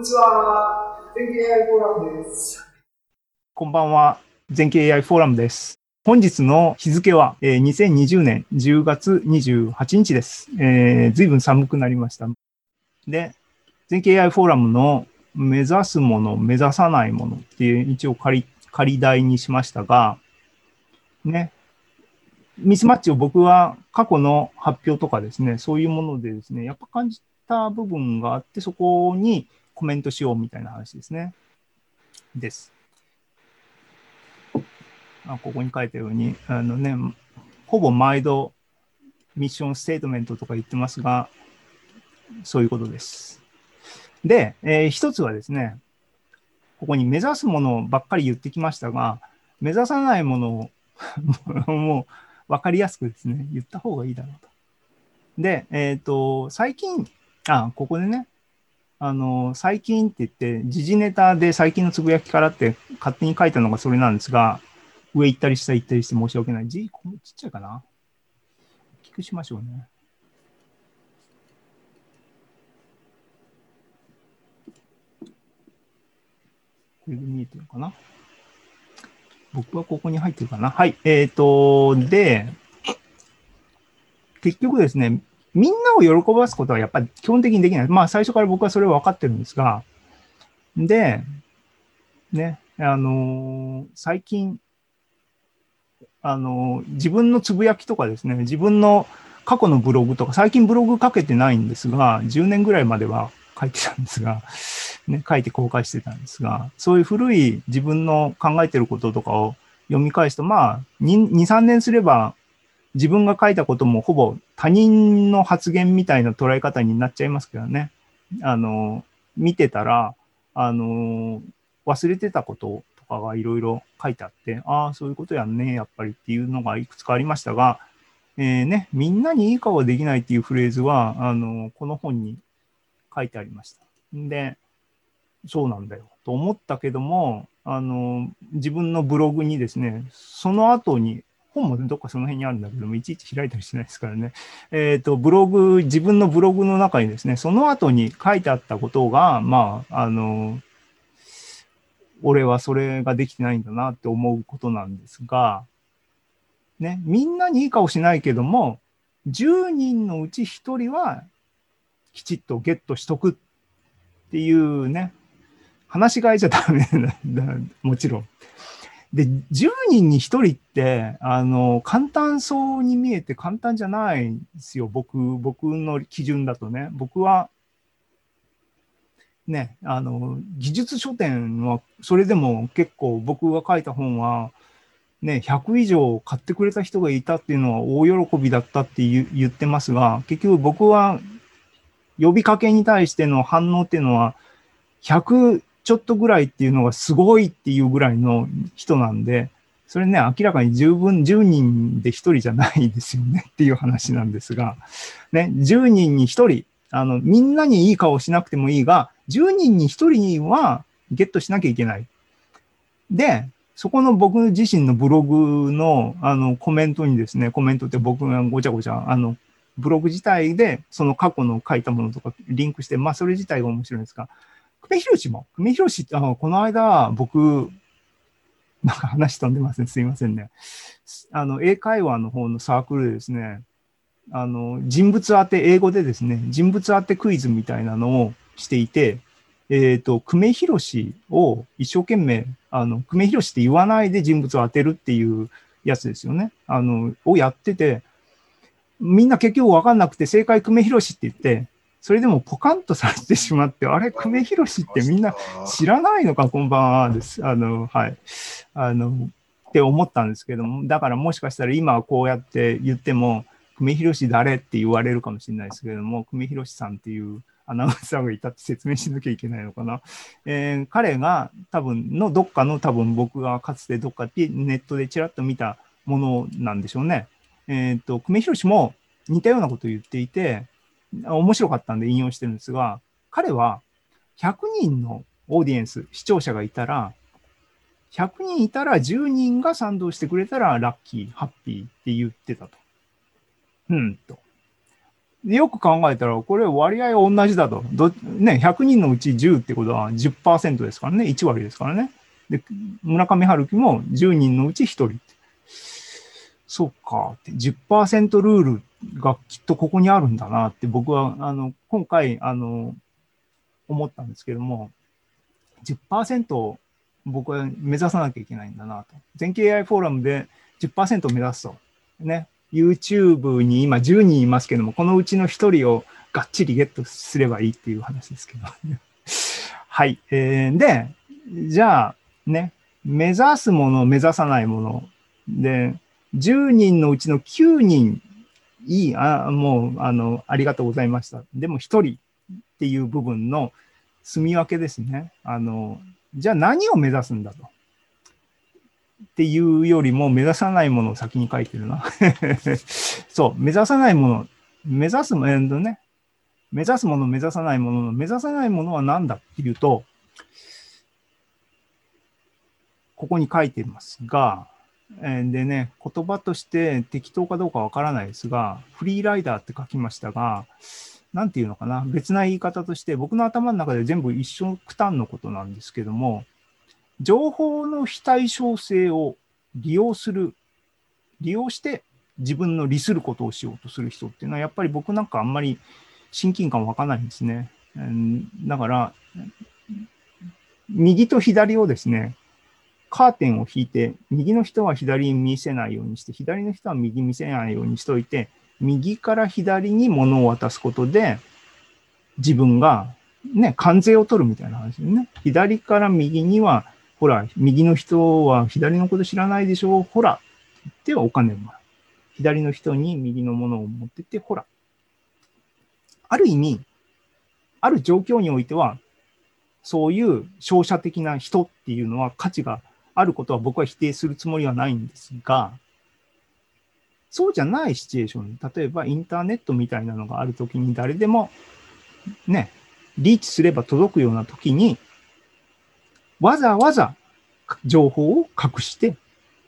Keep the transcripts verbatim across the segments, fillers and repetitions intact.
にちは。全景 エーアイ フォーラムです。 こんばんは。全景 エーアイ フォーラムです。本日の日付は、えー、にせんにじゅうねんじゅうがつにじゅうはちにちです。えー、ずいぶん寒くなりました。で、全景 エーアイ フォーラムの目指すもの、目指さないものっていう一応仮、仮題にしましたが、ね、ミスマッチを僕は過去の発表とかですね、そういうものでですね、やっぱ感じた部分があって、そこにコメントしようみたいな話ですね。です。あここに書いたように、あのね、ほぼ毎度ミッションステートメントとか言ってますが、そういうことです。で、えー一つはですね、ここに目指すものばっかり言ってきましたが、目指さないものをもう分かりやすくですね、言った方がいいだろうと。で、えっ、と、最近、あ、ここでね、あの、最近って言って、時事ネタで最近のつぶやきからって勝手に書いたのがそれなんですが、上行ったり下行ったりして申し訳ない。字、ちっちゃいかな大きくしましょうね。これで見えてるかな僕はここに入ってるかなはい。えっ、と、で、結局ですね、みんなを喜ばすことはやっぱり基本的にできない。まあ最初から僕はそれは分かってるんですが、で、ね、あのー最近、あのー自分のつぶやきとかですね、自分の過去のブログとか、最近ブログ書けてないんですが、じゅうねんぐらいまでは書いてたんですが、ね、書いて公開してたんですが、そういう古い自分の考えてることとかを読み返すと、まあ、に、さんねんすれば自分が書いたこともほぼ他人の発言みたいな捉え方になっちゃいますけどね。あの、見てたら、あの、忘れてたこととかがいろいろ書いてあって、ああ、そういうことやんね、やっぱりっていうのがいくつかありましたが、えー、ね、みんなにいい顔はできないっていうフレーズは、あの、この本に書いてありました。で、そうなんだよと思ったけども、あの、自分のブログにですね、その後に、本もどっかその辺にあるんだけども、いちいち開いたりしないですからね。えっ、ー、と、ブログ、自分のブログの中にですね、その後に書いてあったことが、まあ、あの、俺はそれができてないんだなって思うことなんですが、ね、みんなにいい顔しないけども、じゅうにんのうちひとりはきちっとゲットしとくっていうね、話し飼いじゃダメなんだ、もちろん。で、じゅうにんにひとりって、あの、簡単そうに見えて簡単じゃないんですよ。僕、僕の基準だとね。僕は、ね、あの、技術書店は、それでも結構僕が書いた本は、ね、ひゃく以上買ってくれた人がいたっていうのは大喜びだったって言言ってますが、結局僕は呼びかけに対しての反応っていうのは、ひゃくちょっとぐらいっていうのがすごいっていうぐらいの人なんで、それね、明らかに十分じゅうにんでひとりじゃないですよねっていう話なんですが、ね、じゅうにんにひとり、あの、みんなにいい顔しなくてもいいが、じゅうにんにひとりにはゲットしなきゃいけない。で、そこの僕自身のブログのあのコメントにですね、コメントって僕がごちゃごちゃ、あの、ブログ自体でその過去の書いたものとかリンクして、まあそれ自体が面白いんですが、久米宏も、久米宏って、あのこの間僕、なんか話飛んでません、すいませんね。あの、英会話の方のサークルでですね、あの、人物当て、英語でですね、人物当てクイズみたいなのをしていて、えっ、ー、と、久米宏を一生懸命、あの、久米宏って言わないで人物を当てるっていうやつですよね。あの、をやってて、みんな結局わかんなくて、正解久米宏って言って、それでもポカンとされてしまって、あれ、久米宏ってみんな知らないのか、こんばんはです。あの、はい。あの、って思ったんですけども、だからもしかしたら今こうやって言っても、久米宏誰って言われるかもしれないですけれども、久米宏さんっていうアナウンサーがいたって説明しなきゃいけないのかな。えー、彼が多分のどっかの多分僕がかつてどっかでネットでちらっと見たものなんでしょうね。えっ、ー、と、久米宏も似たようなことを言っていて、面白かったんで引用してるんですが、彼はひゃくにんのオーディエンス、視聴者がいたら、ひゃくにんいたらじゅうにんが賛同してくれたらラッキー、ハッピーって言ってたと。うんと。 よく考えたら、これ割合は同じだと。どね、ひゃくにんのうちじゅうってことはじゅっパーセントですからね。いち割ですからね。で、村上春樹もじゅうにんのうちひとり。そうかって。じゅっパーセント ルールがきっとここにあるんだなって僕は、あの、今回、あの、思ったんですけども、じゅっパーセント僕は目指さなきゃいけないんだなと。全景 エーアイ フォーラムで じゅっパーセント を目指すと。ね。YouTube に今じゅうにんいますけども、このうちのひとりをがっちりゲットすればいいっていう話ですけど。はい。えー、で、じゃあ、ね、目指すもの、目指さないもの。で、じゅうにんのうちのきゅうにん、いい、あ、もう、あの、ありがとうございました。でもひとりっていう部分の住み分けですね。あの、じゃあ何を目指すんだと。っていうよりも目指さないものを先に書いてるな。そう、目指さないもの、目指すものね、目指すもの、目指さないものの、目指さないものは何だっていうと、ここに書いてますが、でね、言葉として適当かどうかわからないですが、フリーライダーって書きましたが、なんていうのかな、別な言い方として、僕の頭の中で全部一緒くたんのことなんですけども、情報の非対称性を利用する、利用して自分の利することをしようとする人っていうのは、やっぱり僕なんかあんまり親近感湧かないんですね。だから、右と左をですね、カーテンを引いて、右の人は左に見せないようにして、左の人は右見せないようにしといて、右から左に物を渡すことで、自分がね、関税を取るみたいな話でね。左から右には、ほら、右の人は左のこと知らないでしょ、ほら、ってお金をもらう。左の人に右のものを持ってって、ほら。ある意味、ある状況においては、そういう商社的な人っていうのは価値があることは僕は否定するつもりはないんですが、そうじゃないシチュエーション、例えばインターネットみたいなのがあるときに誰でもね、リーチすれば届くようなときに、わざわざ情報を隠して、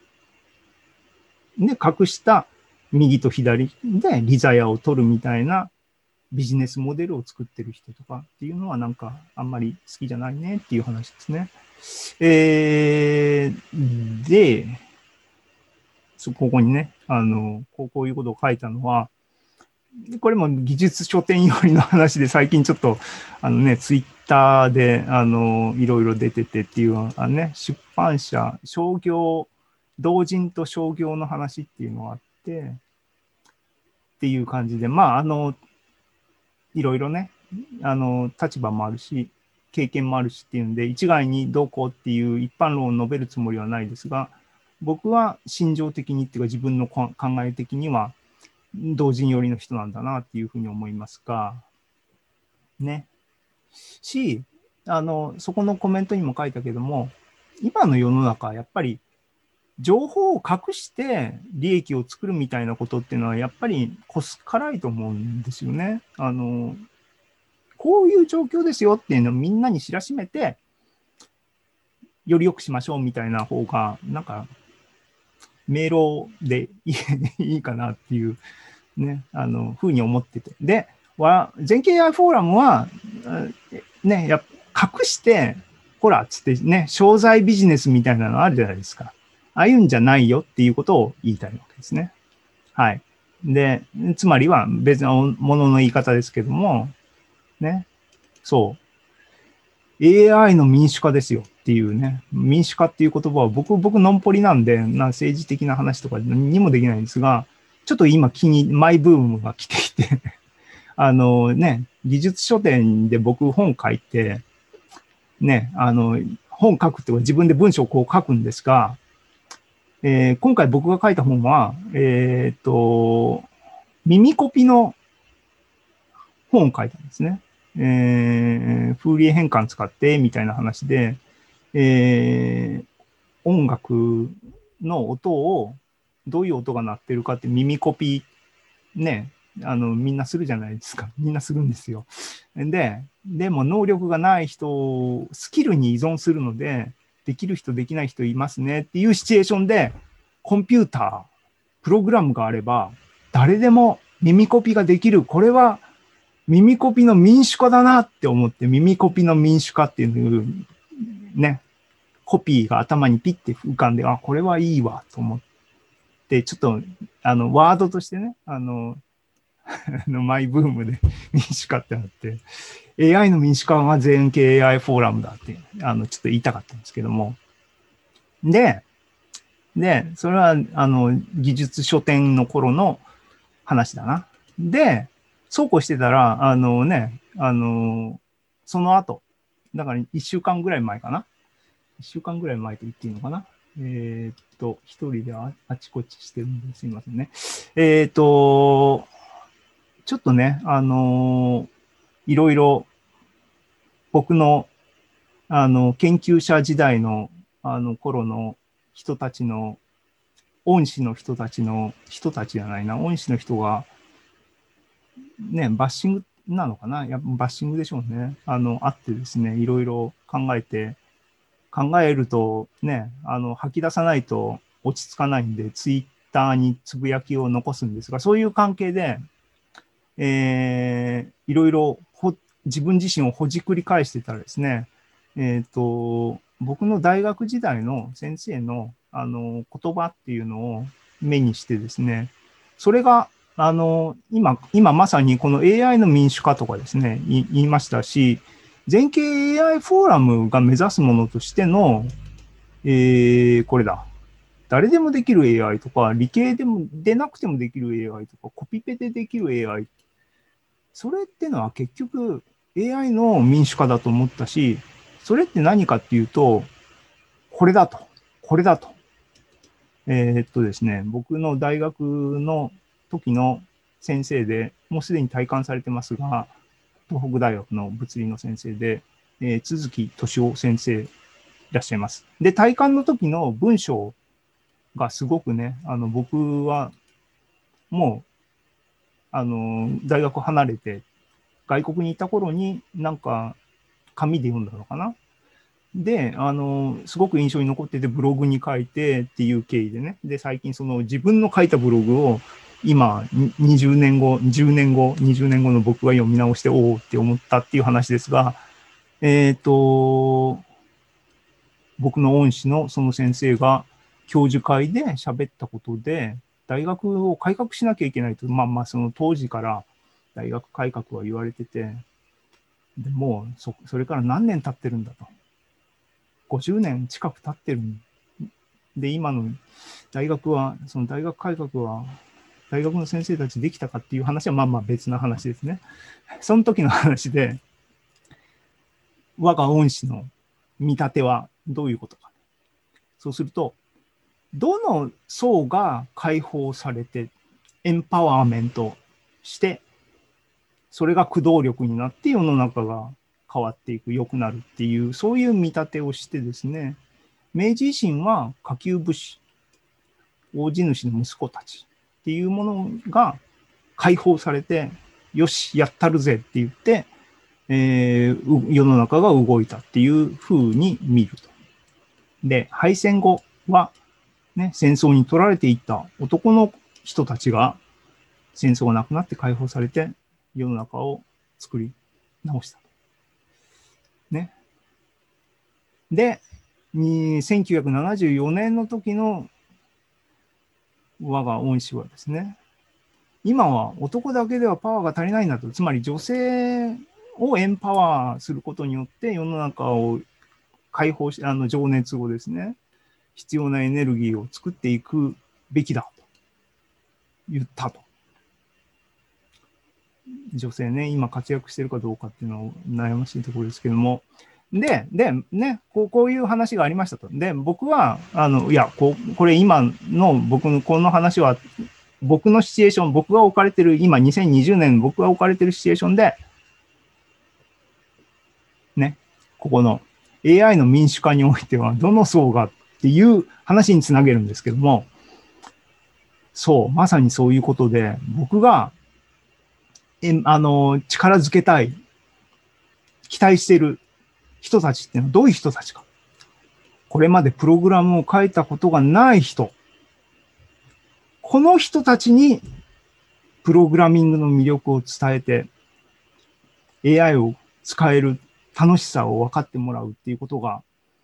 で、隠した右と左でリザヤを取るみたいなビジネスモデルを作ってる人とかっていうのはなんかあんまり好きじゃないねっていう話ですね。えー、で、ここにね、あの、こうこういうことを書いたのは、これも技術書店寄りの話で最近ちょっと、あのね、ツイッターで、あの、いろいろ出ててっていう、あのね、出版社、商業、同人と商業の話っていうのがあって、っていう感じで、まあ、あの、いろいろね、あの、立場もあるし、経験もあるしっていうんで、一概にどうこうっていう一般論を述べるつもりはないですが、僕は心情的にっていうか自分の考え的には、同人寄りの人なんだなっていうふうに思いますが、ね。し、あの、そこのコメントにも書いたけども、今の世の中、やっぱり情報を隠して利益を作るみたいなことっていうのは、やっぱりコス辛いと思うんですよね。あの、こういう状況ですよっていうのをみんなに知らしめて、より良くしましょうみたいな方が、なんか、明朗でいいかなっていう、ね、あの、ふうに思ってて。で、全景 エーアイ フォーラムは、ね、や隠して、ほら、つってね、商材ビジネスみたいなのあるじゃないですか。ああいうんじゃないよっていうことを言いたいわけですね。はい。で、つまりは別のものの言い方ですけども、ね、そう。エーアイ の民主化ですよっていうね。民主化っていう言葉は僕、僕、ノンポリなんで、な政治的な話とかにもできないんですが、ちょっと今気に、マイブームが来ていてあのね、技術書店で僕本書いて、ね、あの、本書くっていうか自分で文章をこう書くんですが、えー、今回僕が書いた本は、えっと、耳コピの本を書いたんですね。えー、フーリエ変換使ってみたいな話で、えー、音楽の音をどういう音が鳴ってるかって耳コピね、あのみんなするじゃないですか。みんなするんですよ。で、でも能力がない人をスキルに依存するので、できる人できない人いますねっていうシチュエーションで、コンピューター、プログラムがあれば、誰でも耳コピができる。これは耳コピの民主化だなって思って、耳コピの民主化っていうね、コピーが頭にピッて浮かんで、あ、これはいいわと思って、ちょっと、あの、ワードとしてね、あの、あのマイブームで民主化ってなって、エーアイ の民主化は全員系 エーアイ フォーラムだって、あの、ちょっと言いたかったんですけども。で、で、それは、あの、技術書店の頃の話だな。で、そうこうしてたら、あのね、あの、その後、だからいっしゅうかんぐらい前かな。いっしゅうかんぐらい前と言っていいのかな。えー、っと、一人で あ, あちこちしてるんですいませんね。えー、っと、ちょっとね、あのいろいろ僕の、あの、研究者時代の、あの頃の人たちの、恩師の人たちの、人たちじゃないな、恩師の人が、ね、バッシングなのかな、やっぱバッシングでしょうね。あの、あってですね、いろいろ考えて、考えるとね、あの、吐き出さないと落ち着かないんで、ツイッターにつぶやきを残すんですが、そういう関係で、えー、いろいろほ自分自身をほじくり返してたらですね、えっと、僕の大学時代の先生の、あの、言葉っていうのを目にしてですね、それが、あの、今、今まさにこの エーアイ の民主化とかですね、い言いましたし、全景 エーアイ フォーラムが目指すものとしての、えー、これだ。誰でもできる エーアイ とか、理系でもでなくてもできる エーアイ とか、コピペでできる エーアイ。それってのは結局 エーアイ の民主化だと思ったし、それって何かっていうと、これだと。これだと。えーっとですね、僕の大学の時の先生で、もうすでに退官されてますが、東北大学の物理の先生で、えー、都築俊夫先生いらっしゃいます。で、退官の時の文章がすごくね、あの、僕はもう、あの、大学離れて、外国にいた頃になんか紙で読んだのかな。で、あの、すごく印象に残ってて、ブログに書いてっていう経緯でね。で、最近その自分の書いたブログを今、にじゅうねんご、じゅうねんご、にじゅうねんごの僕が読み直して、おおって思ったっていう話ですが、えっと、僕の恩師のその先生が教授会で喋ったことで、大学を改革しなきゃいけないと、まあまあその当時から大学改革は言われてて、でもうそ、それから何年経ってるんだと。ごじゅうねん近く経ってる。で、今の大学は、その大学改革は、大学の先生たちできたかっていう話はまあまあ別な話ですね。その時の話で、我が恩師の見立てはどういうことか。そうすると、どの層が解放されて、エンパワーメントして、それが駆動力になって世の中が変わっていく、良くなるっていう、そういう見立てをしてですね、明治維新は下級武士、大地主の息子たちっていうものが解放されて、よし、やったるぜって言って、えー、世の中が動いたっていう風に見ると。で、敗戦後は、ね、戦争に取られていった男の人たちが戦争がなくなって解放されて世の中を作り直した。ね。で、せんきゅうひゃくななじゅうよねんの時の我が恩師はですね、今は男だけではパワーが足りないんだと、つまり女性をエンパワーすることによって世の中を解放し、あの情熱をですね、必要なエネルギーを作っていくべきだと言ったと。女性ね、今活躍してるかどうかっていうのは悩ましいところですけども、で、で、ね、こうこういう話がありましたと。で、僕は、あの、いや、ここれ今の僕のこの話は、僕のシチュエーション、僕が置かれてる、今にせんにじゅうねん僕が置かれてるシチュエーションで、ね、ここの エーアイ の民主化においては、どの層がっていう話につなげるんですけども、そう、まさにそういうことで、僕が、えあの、力づけたい、期待している人たちっていうのはどういう人たちか。これまでプログラムを書いたことがない人。この人たちにプログラミングの魅力を伝えて、エーアイ を使える楽しさを分かってもらうっていうことが、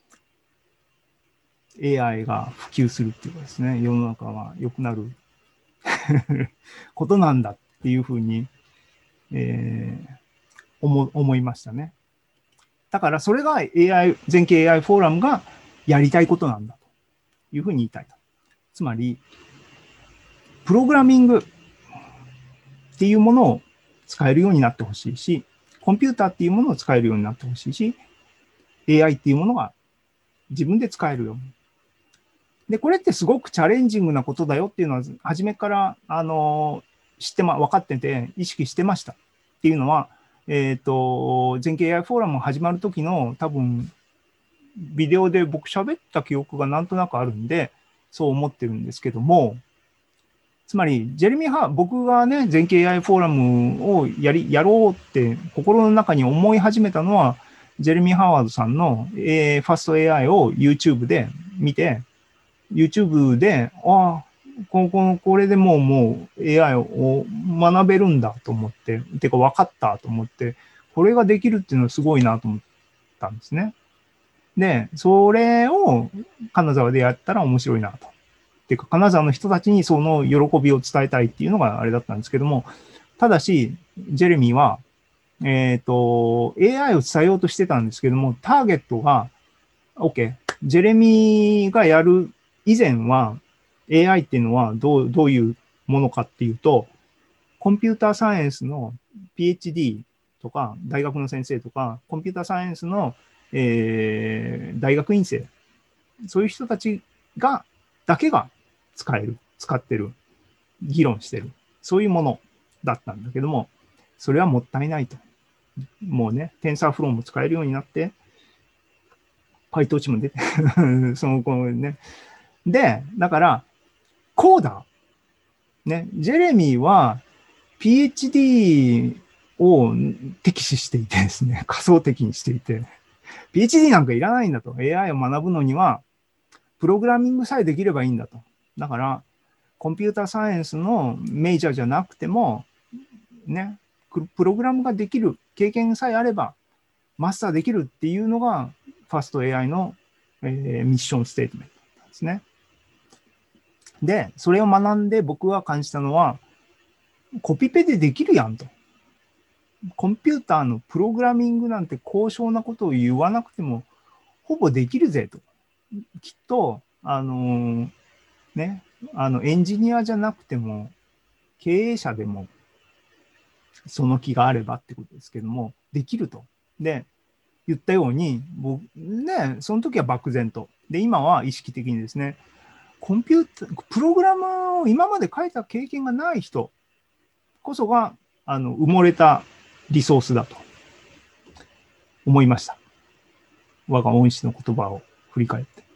エーアイ が普及するっていうかですね、世の中が良くなることなんだっていうふうに、えー、思、思いましたね。だからそれが エーアイ、全景 エーアイ フォーラムがやりたいことなんだというふうに言いたいと。つまり、プログラミングっていうものを使えるようになってほしいし、コンピューターっていうものを使えるようになってほしいし、エーアイ っていうものが自分で使えるように。で、これってすごくチャレンジングなことだよっていうのは、初めから、あの、知ってま、分かってて、意識してましたっていうのは、えっと、全景 エーアイ フォーラム始まる時の多分、ビデオで僕喋った記憶がなんとなくあるんで、そう思ってるんですけども、つまり、ジェレミー・ハー、僕がね、全景 エーアイ フォーラムをやり、やろうって心の中に思い始めたのは、ジェレミー・ハワードさんの、えー、ファスト エーアイ を YouTube で見て、YouTube で、ああ、こここれでもう、もう エーアイ を学べるんだと思って、てか分かったと思って、これができるっていうのはすごいなと思ったんですね。で、それを金沢でやったら面白いなと。っていうか、金沢の人たちにその喜びを伝えたいっていうのがあれだったんですけども、ただし、ジェレミーは、えっと、エーアイ を伝えようとしてたんですけども、ターゲットが、OK、ジェレミーがやる以前は、エーアイ っていうのはどう、どういうものかっていうと、コンピューターサイエンスの ピーエイチディー とか、大学の先生とか、コンピューターサイエンスの、えー、大学院生、そういう人たちが、だけが使える、使ってる、議論してる、そういうものだったんだけども、それはもったいないと。もうね、TensorFlow も使えるようになって、PyTorch も出て、その、こうね。で、だから、コーダー。ね、ジェレミーは ピーエイチディー を敵視していてですね、仮想的にしていて、ピーエイチディー なんかいらないんだと。エーアイ を学ぶのには、プログラミングさえできればいいんだと。だから、コンピューターサイエンスのメジャーじゃなくても、ね、プログラムができる経験さえあれば、マスターできるっていうのが、ファスト エーアイ の、えー、ミッションステートメントなんですね。で、それを学んで僕は感じたのは、コピペでできるやんと。コンピューターのプログラミングなんて高尚なことを言わなくても、ほぼできるぜと。きっと、あのー、ね、あの、エンジニアじゃなくても、経営者でも、その気があればってことですけども、できると。で、言ったように、僕、ね、その時は漠然と。で、今は意識的にですね、コンピューター、プログラムを今まで書いた経験がない人こそが、あの、埋もれたリソースだと思いました。我が恩師の言葉を振り返って。